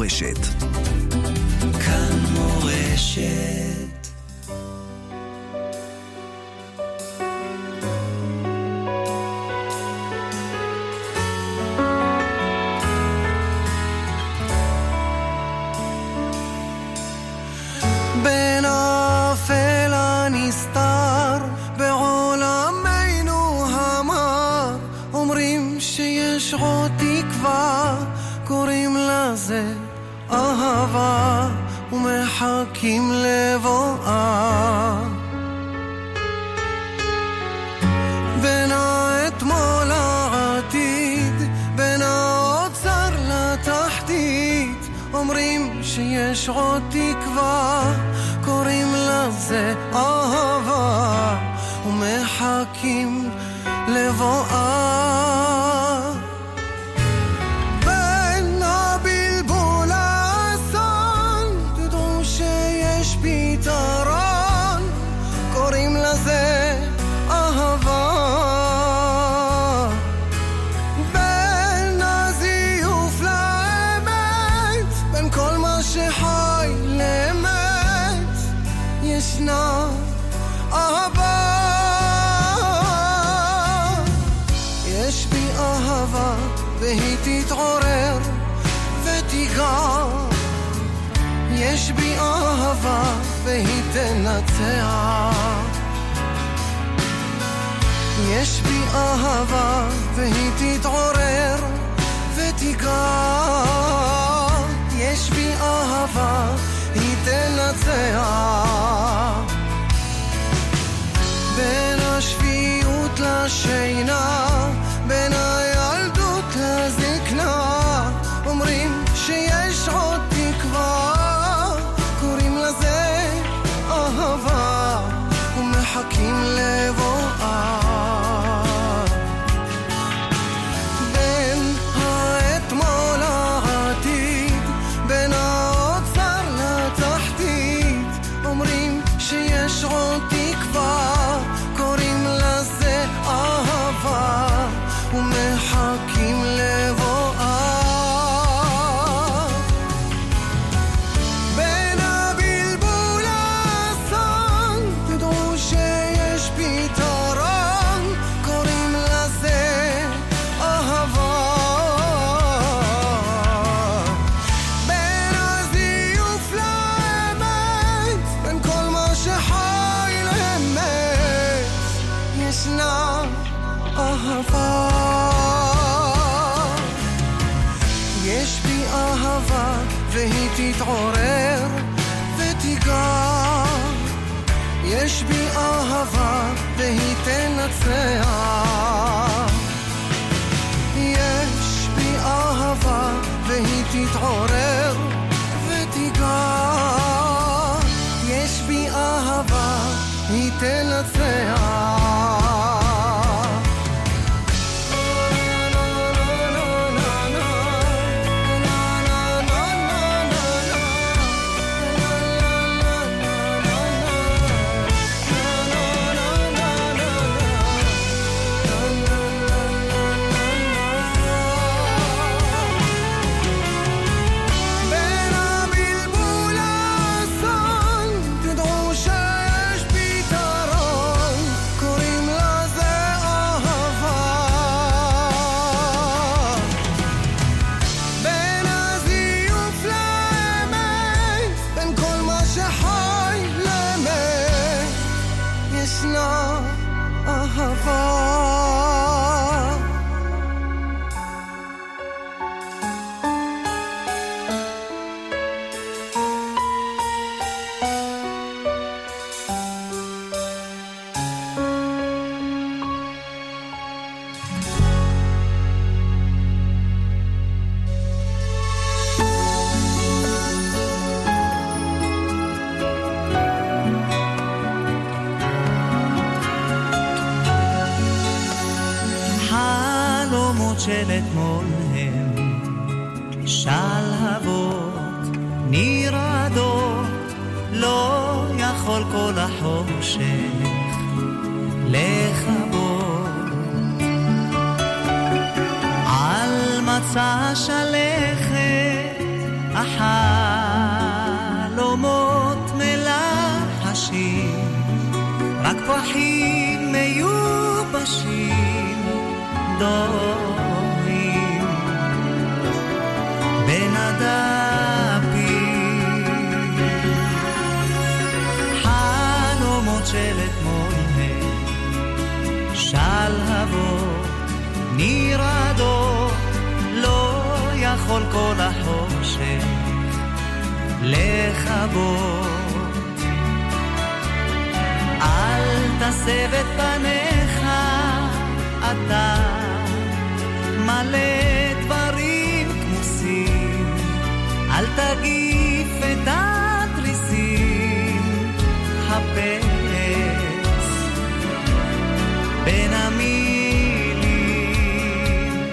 מורשת. כאן מורשת. בין האפל הנסתר בעולמנו המר, אומרים שיש עוד תקווה, קוראים לזה אהבה ומחכים לבואה. בין האתמול לעתיד, בין האוצר לתחתית, אומרים שיש עוד תקווה, קוראים לזה אהבה ומחכים לבואה. בין הבלבול האסון, תדעו שיש פתרון, קוראים לזה אהבה. בין הזיוף לאמת, בין כל מה שחי לאמת, ישנה אהבה. יש בי אהבה והיא תתעורר ותיגע, יש בי אהבה והיא תנצח, יש בי אהבה והיא תתעורר ותיגע, יש בי אהבה היא תנצח. בין השפיות לשינה, בין הילדות לזקנה, אומרים שיש עוד תקווה, קוראים לזה אהבה ומחכים לבואה. בין האתמול לעתיד, בין האוצר לתחתית, אומרים שיש עוד תקווה, קוראים לזה אהבה ומחכים לבואה. בין הבלבול האסון, תדעו שיש פתרון, קוראים לזה אהבה. בין הזיוף לאמת, בין כל מה שחי לאמת, ישנה אהבה. יש בי אהבה והיא תתעורר ותיגע, יש בי אהבה והיא תנצח, יש בי אהבה והיא תתעורר ותיגע, יש בי אהבה היא תנצח. של אתמול הם שלהבות נרעדות, לא יכול כל החושך לכבות. על מצע שלכת בחלומות מלחשים, רק פרחים מיובשים דוהים בין הדפים. חלומות של אתמול הם שלהבות נרעדות, לא יכול כל החושך לכבות. אל תסב את פניך, אתה מלא דברים כמוסים, אל תגיף את התריסים, חפש בין המילים.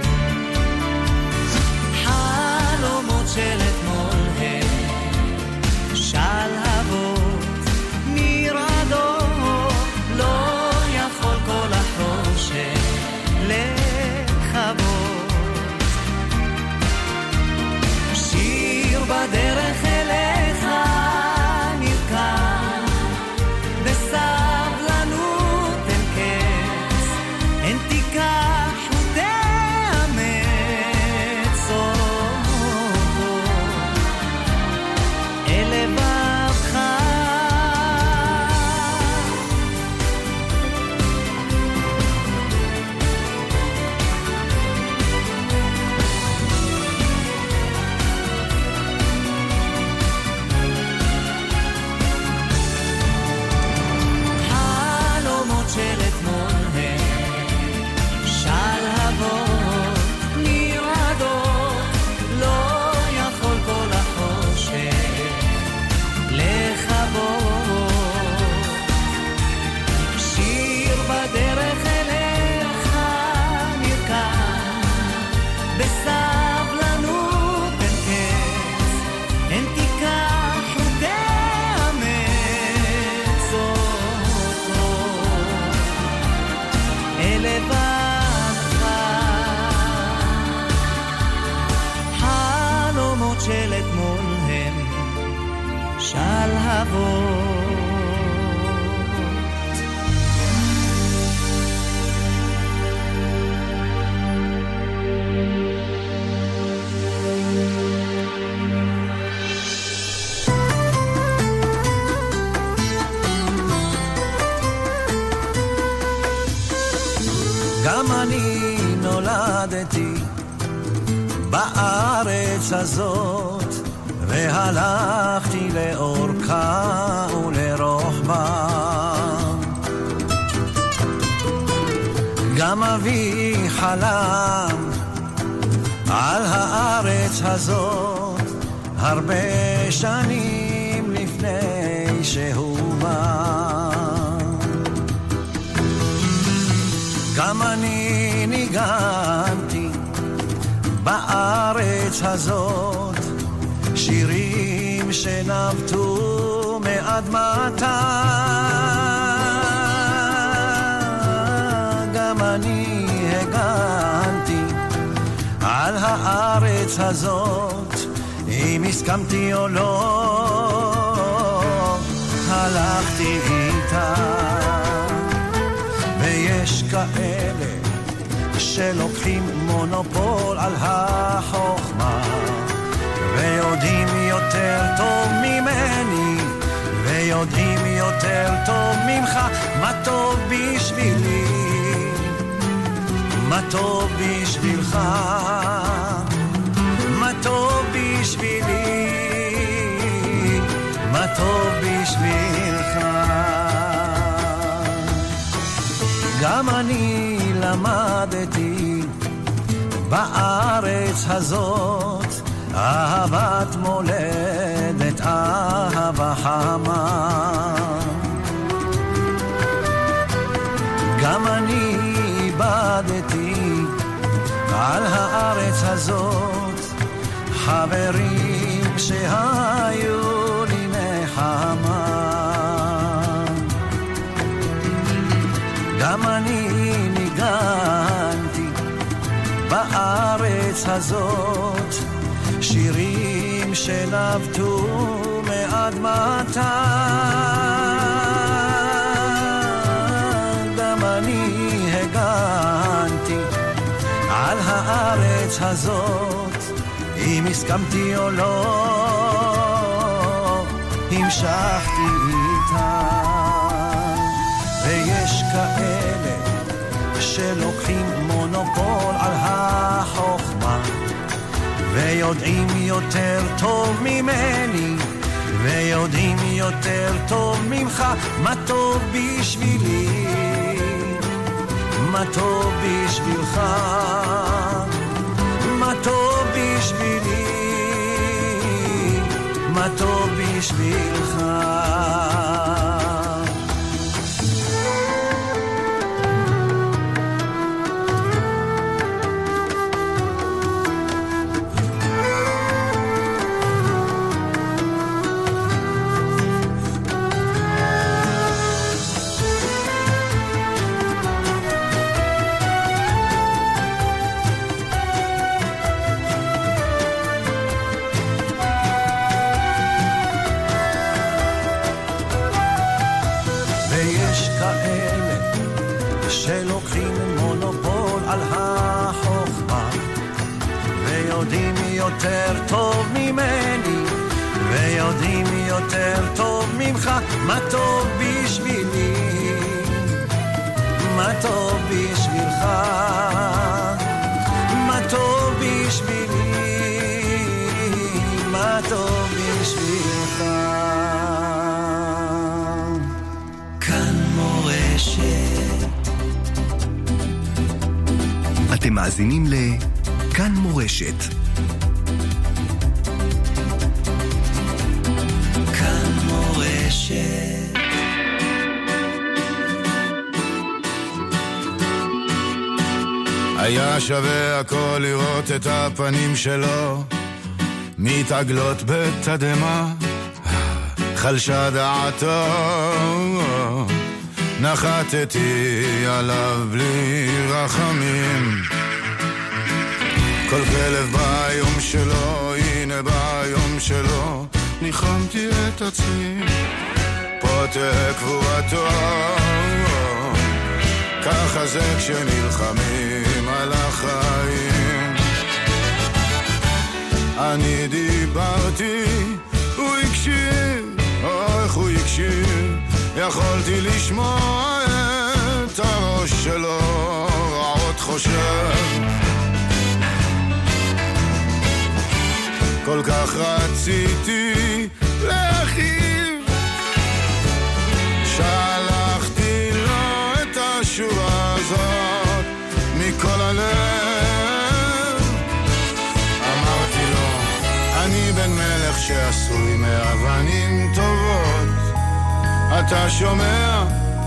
חלומות של אתמול הם שלהבות נרעדות, לא יכול כל החושך לכבות. שיר בדרך אליך נרקם, בסבלנות אין קץ, אין תיקח ותאמץ אותו אל לבבך. חלומות של אתמול הם שלהבות נרעדות, לא יכול כל החושך לכבות. שיר בדרך אליך נרקם, בסבלנות אין קץ, אין תיקח ותאמץ אותו אל לבבך. חלומות של אתמול הם שלהבות. גם אני נולדתי בארץ הזאת, והלכתי לאורכה ולרוחבה. גם אבי חלם על הארץ הזאת הרבה שנים לפני שהוא בא. גם אני ניגנתי בארץ הזאת שירים שנבטו מאדמתה. גם אני הגנתי על הארץ הזאת, אם הסכמתי או לא הלכתי איתה. ויש כאלה שלוקחים מונופול על החוכמה, ויודעים יותר טוב ממני, ויודעים יותר טוב ממך מה טוב בשבילי, מה טוב בשבילך, מה טוב בשבילי, מה טוב בשבילך. גם אני למדתי בארץ הזאת אהבת מולדת, אהבה חמה. גם אני איבדתי על הארץ הזאת חברים שהיו לי נחמה. גם אני ניגנתי בארץ הזאת שירים שנבטו מאדמתה. גם אני הגנתי על הארץ הזאת, אם הסכמתי או לא, המשכתי איתה. ויש כאלה שלוקחים מונופול על החוכמה, ויודעים יותר טוב ממני, ויודעים יותר טוב ממך, מה טוב בשבילי, מה טוב בשבילך, מה טוב בשבילי, מה טוב בשבילך. שלוקחים מונופול על החוכמה, ויודעים יותר טוב ממני, ויודעים יותר טוב ממך, מה טוב בשבילי, מה טוב בשבילך, מה טוב בשבילי, מה טוב בשבילך. כאן מורשת. אתם מאזינים לכאן מורשת. כאן מורשת. היה שווה הכל לראות את הפנים שלו מתעגלות בתדמה, חלשה דעתו, נחתתי עליו בלי רחמים. כל כלב ביום שלו, הנה ביום שלו, ניחמתי את עצמי, פה תקבורתו. ככה זה כשנלחמים על החיים. אני דיברתי, הוא הקשיב, איך הוא הקשיב, יכולתי לשמוע את הראש שלו עוד חושב. כל כך רציתי להכאיב, שלחתי לו את השורה הזאת מכל הלב. אמרתי לו, אני בן מלך שעשוי מאבנים טובות, אתה שומע?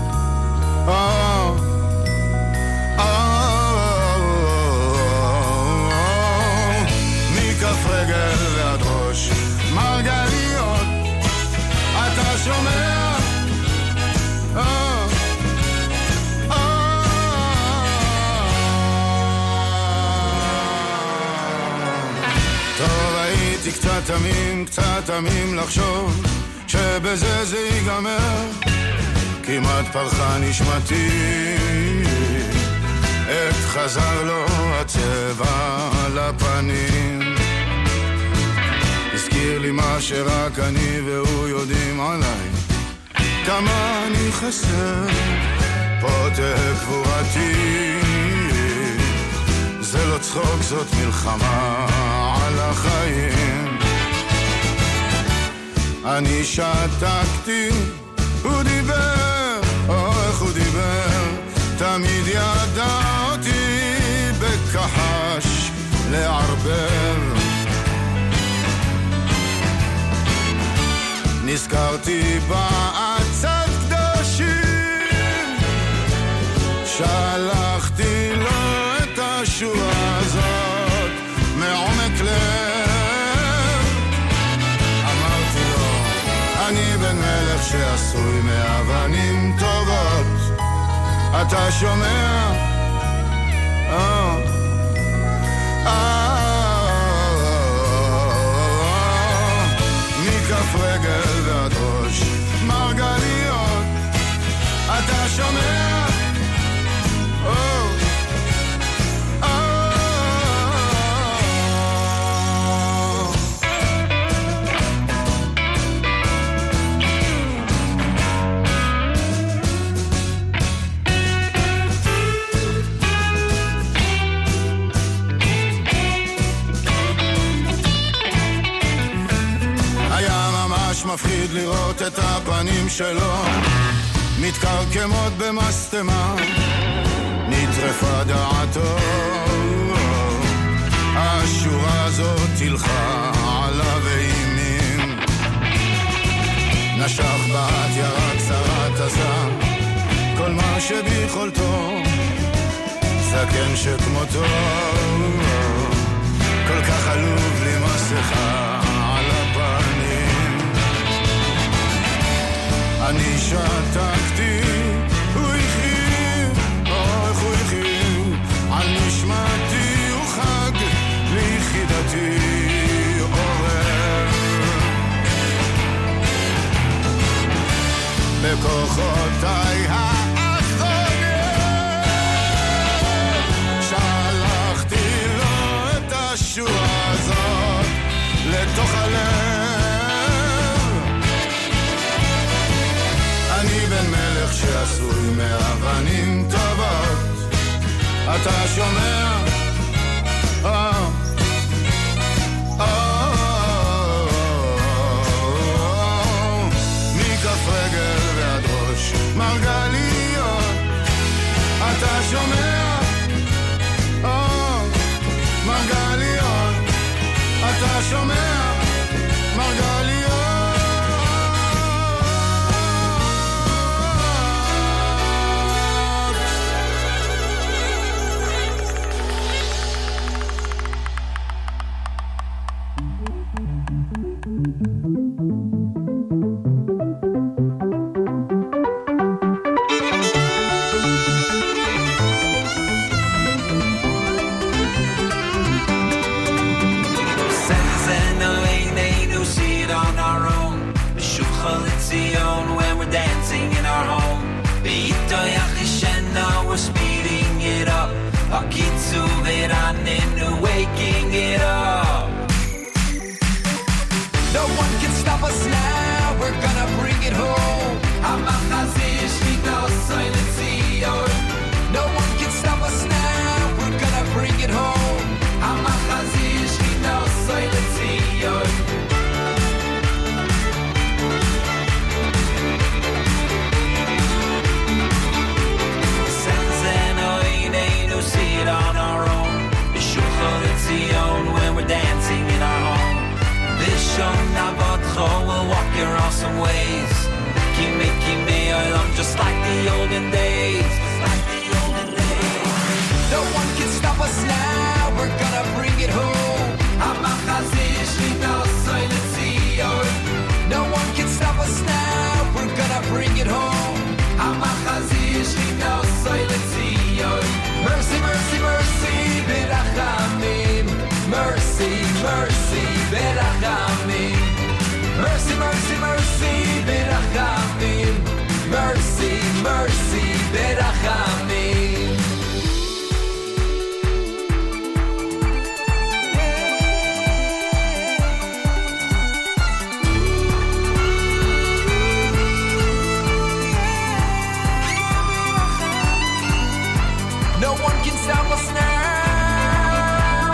מכף רגל ועד ראש מרגליות, אתה שומע? טוב, הייתי קצת תמים לחשוב שבזה זה ייגמר, כמעט פרחה נשמתי, עת חזר לו הצבע לפנים. הזכיר לי מה שרק אני והוא יודעים עליי, כמה אני חסר, פה תקבורתי. זה לא צחוק, זאת מלחמה על החיים. אני שתקתי, הוא דיבר, איך הוא דיבר, תמיד ידע אותי בכחש לערבר. נזכרתי בעצת קדושים, שלחתי לו את השורה הזאת מעומק לב. אמרתי לו, אני בן מלך שעשוי מאבנים טובות, אתה שומע? מפחיד לראות את הפנים שלו מתקרקמות במסתמה, נטרפה דעתו. השורה הזאת תלכה עליו אימים, נשך בת ירה קצרת הזם, כל מה שביכולתו, זקן שכמותו, כל כך עלוב לי מסכה על הפנים. אני שתקתי, הוא יחיר, איך הוא יחיר, על נשמתי הוא חג, ליחידתי עורר. בכוחותיי האחרונים שלחתי לו את השורה הזאת לתוך הלב. אני בן מלך שעשוי מאבנים טובות, אתה שומע? מכף רגל ועד ראש מרגליות, אתה שומע? מרגליות, אתה שומע? מרגליות. When we're dancing in our home, we're speeding it up. Akitsu veraninu, waking it up. No one can stop us now, we're gonna bring it home. No one can stop us now, we're gonna bring it home. On our own, when we're dancing in our home. Bishon Navatcho will walk your awesome ways. Kimi, I'm just like the olden days. No one can stop us now, we're gonna bring it home. No one can stop us now, we're gonna bring it home. Mercy, mercy, mercy, berachamim. Mercy, mercy, berachamim. Mercy, mercy, mercy, berachamim. Mercy, mercy, berachamim. No one can stop us now.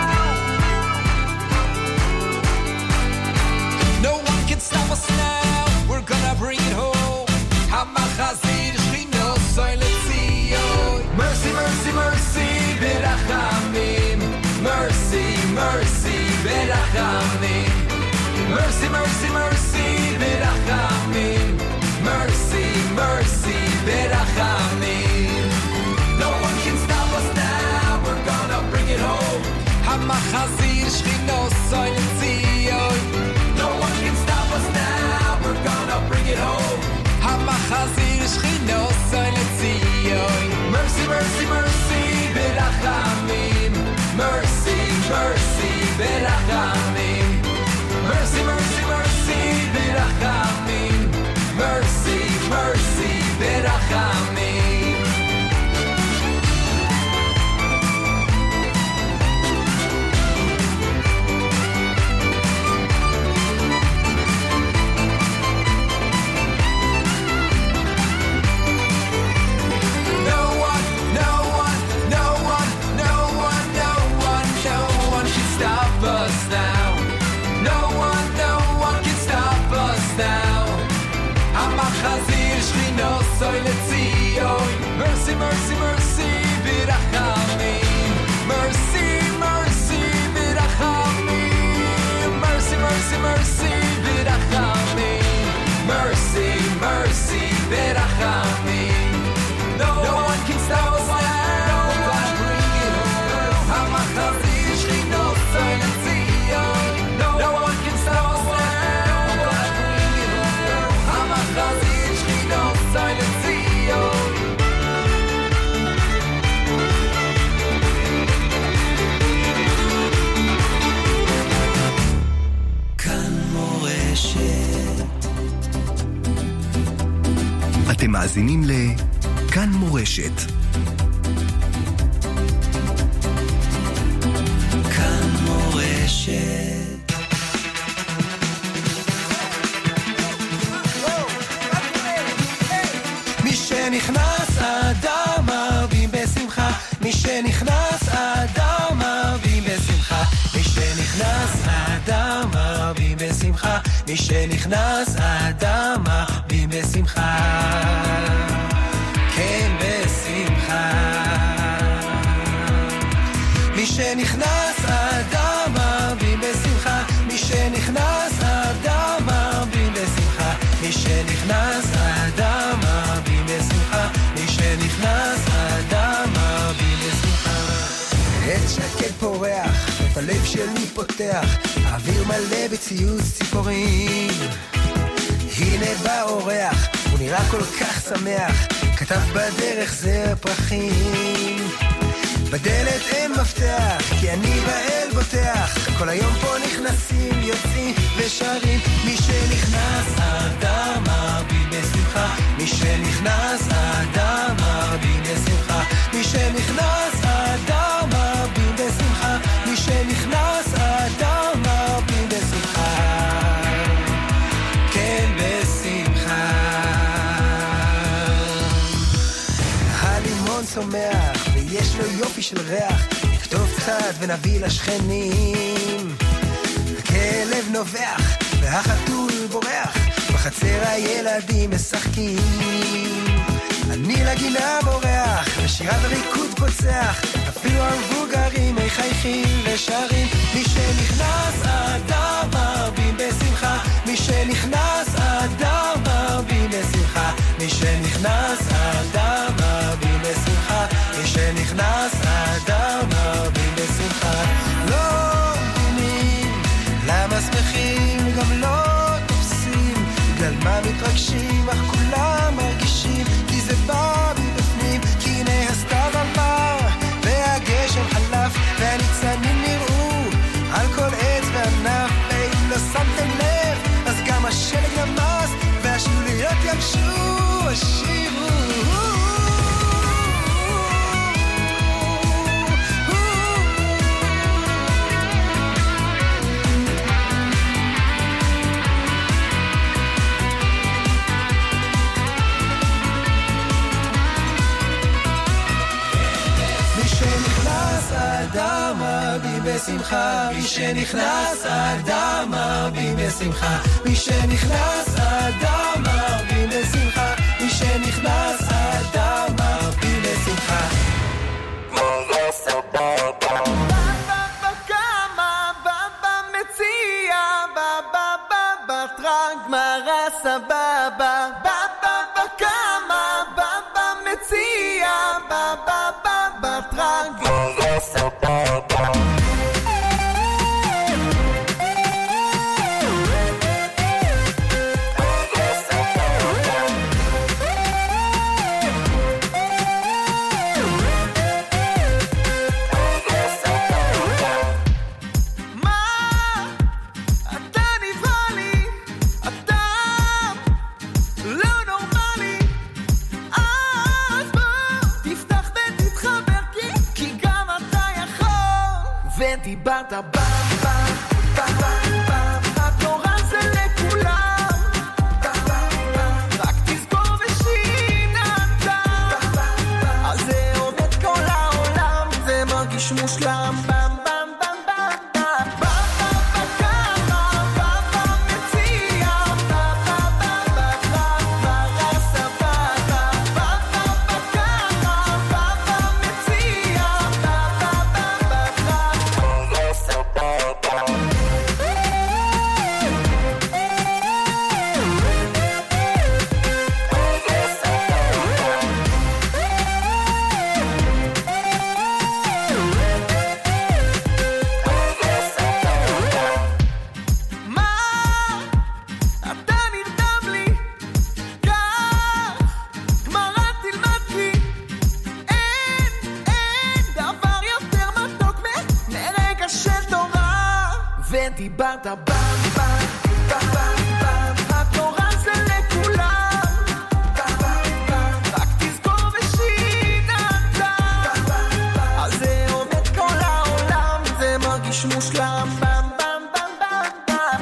No one can stop us now, we're gonna bring it home. Hamachazir shchino soilet zion. Mercy, mercy, mercy, berachamim. Mercy, mercy, berachamim. Mercy, mercy, mercy, berachamim. Mercy, mercy, berachamim. No one can stop us now, we're gonna bring it home. Hamachazir shchino soilet zion. No one can stop us now, we're gonna bring it home. Hamachazir shchino soilet zion. Mercy, mercy, mercy, berachamim. Mercy, mercy, berachamim. Mercy, mercy, mercy, berachamim. Mercy, mercy, berachamim. No one מאזינים לכאן מורשת. כאן מורשת. מי שנכנס אדם מרבים בשמחה, מי שנכנס אדם מרבים בשמחה, מי שנכנס אדם מרבים בשמחה, מי שנכנס אדם מרבים בשמחה, כן בשמחה. מי שנכנס אדם מרבים בשמחה, מי שנכנס אדם מרבים בשמחה, מי שנכנס אדם מרבים בשמחה, מי שנכנס אדם מרבים בשמחה. את שקט פורח, את הלב שלי פותח, האוויר מלא בציוץ ציפורים. הנה בא אורח, הוא נראה כל כך שמח, כתב בדרך זר פרחים. בדלת אין מפתח, כי אני באל בוטח, כל היום פה נכנסים, יוצאים ושרים. מי שנכנס אדם מרבים בשמחה, מי שנכנס אדם מרבים בשמחה, מי שנכנס אדם מרבים בשמחה, מי שנכנס אדם מרבים בשמחה, כן בשמחה. הלימון צומח ויש לו יופי של ריח, נכתוב קצת ונביא לשכנים. הכלב נובח והחתול בורח, בחצר הילדים משחקים. אני לגינה בורח ושירת הריקוד פוצח, אפילו המבוגרים מחייכים ושרים. מי שנכנס אדם מרבים בשמחה, מי שנכנס אדם מרבים בשמחה, מי שנכנס אדם מרבים בשמחה, מי שנכנס אדם מרבים בשמחה. לא מבינים למה שמחים גם לא תופסים, בגלל מה מתרגשים אך כולם מרגישים, כי זה בא מבפנים, כי הנה הסתיו עבר והגשם חלף והניצנים נראו על כל עץ וענף. ואם לא שמתם לב אז גם השלג נמס והשלוליות יבשו, השירו. אדם מרבים בשמחה, מי שנכנס אדם מרבים בשמחה, מי שנכנס אדם מרבים בשמחה, מי שנכנס אדם מרבים בשמחה. בבא קמה, בבא מציע, בבא בטרק, גמרא סבבה. בבא קמה, בבא מציע, בבא בטרק, גמרא סבבה. דיברת בבא, בבא, התורה זה לכולם, רק תזכור ושיננת, אז זה עובד כל העולם, זה מרגיש מושלם. דיברת בבא, בבא, התורה זה לכולם, ממש מושלם. במ במ במ במ במ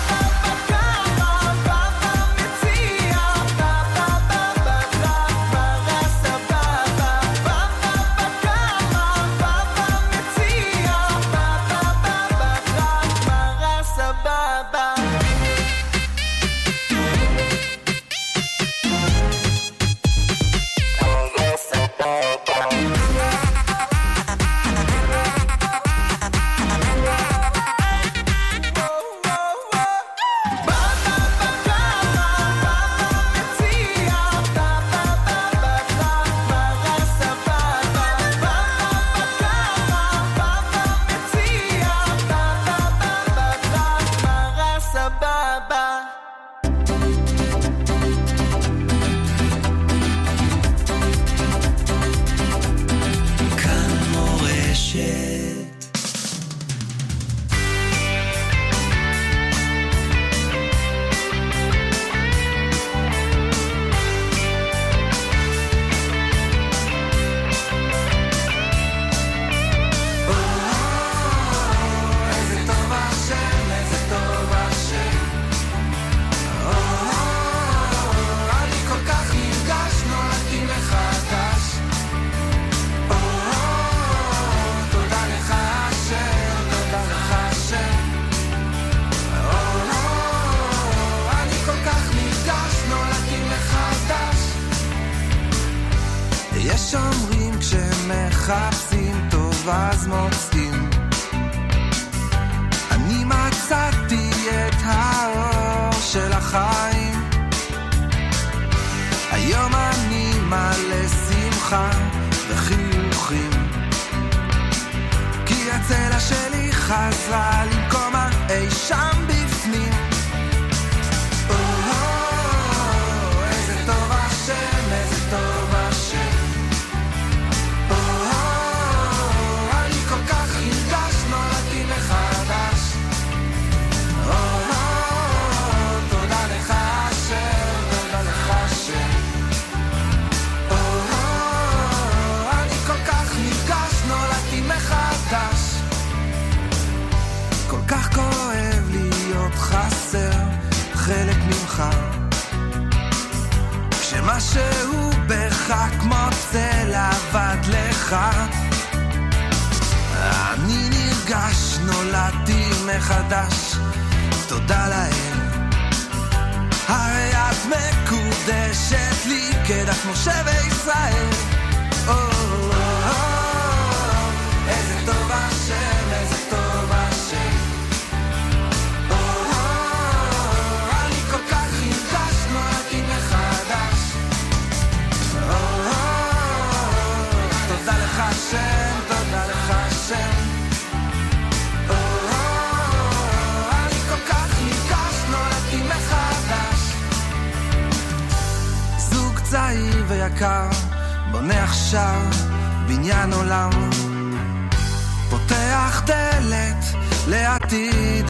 בונה עכשיו בניין עולם, פותח דלת לעתיד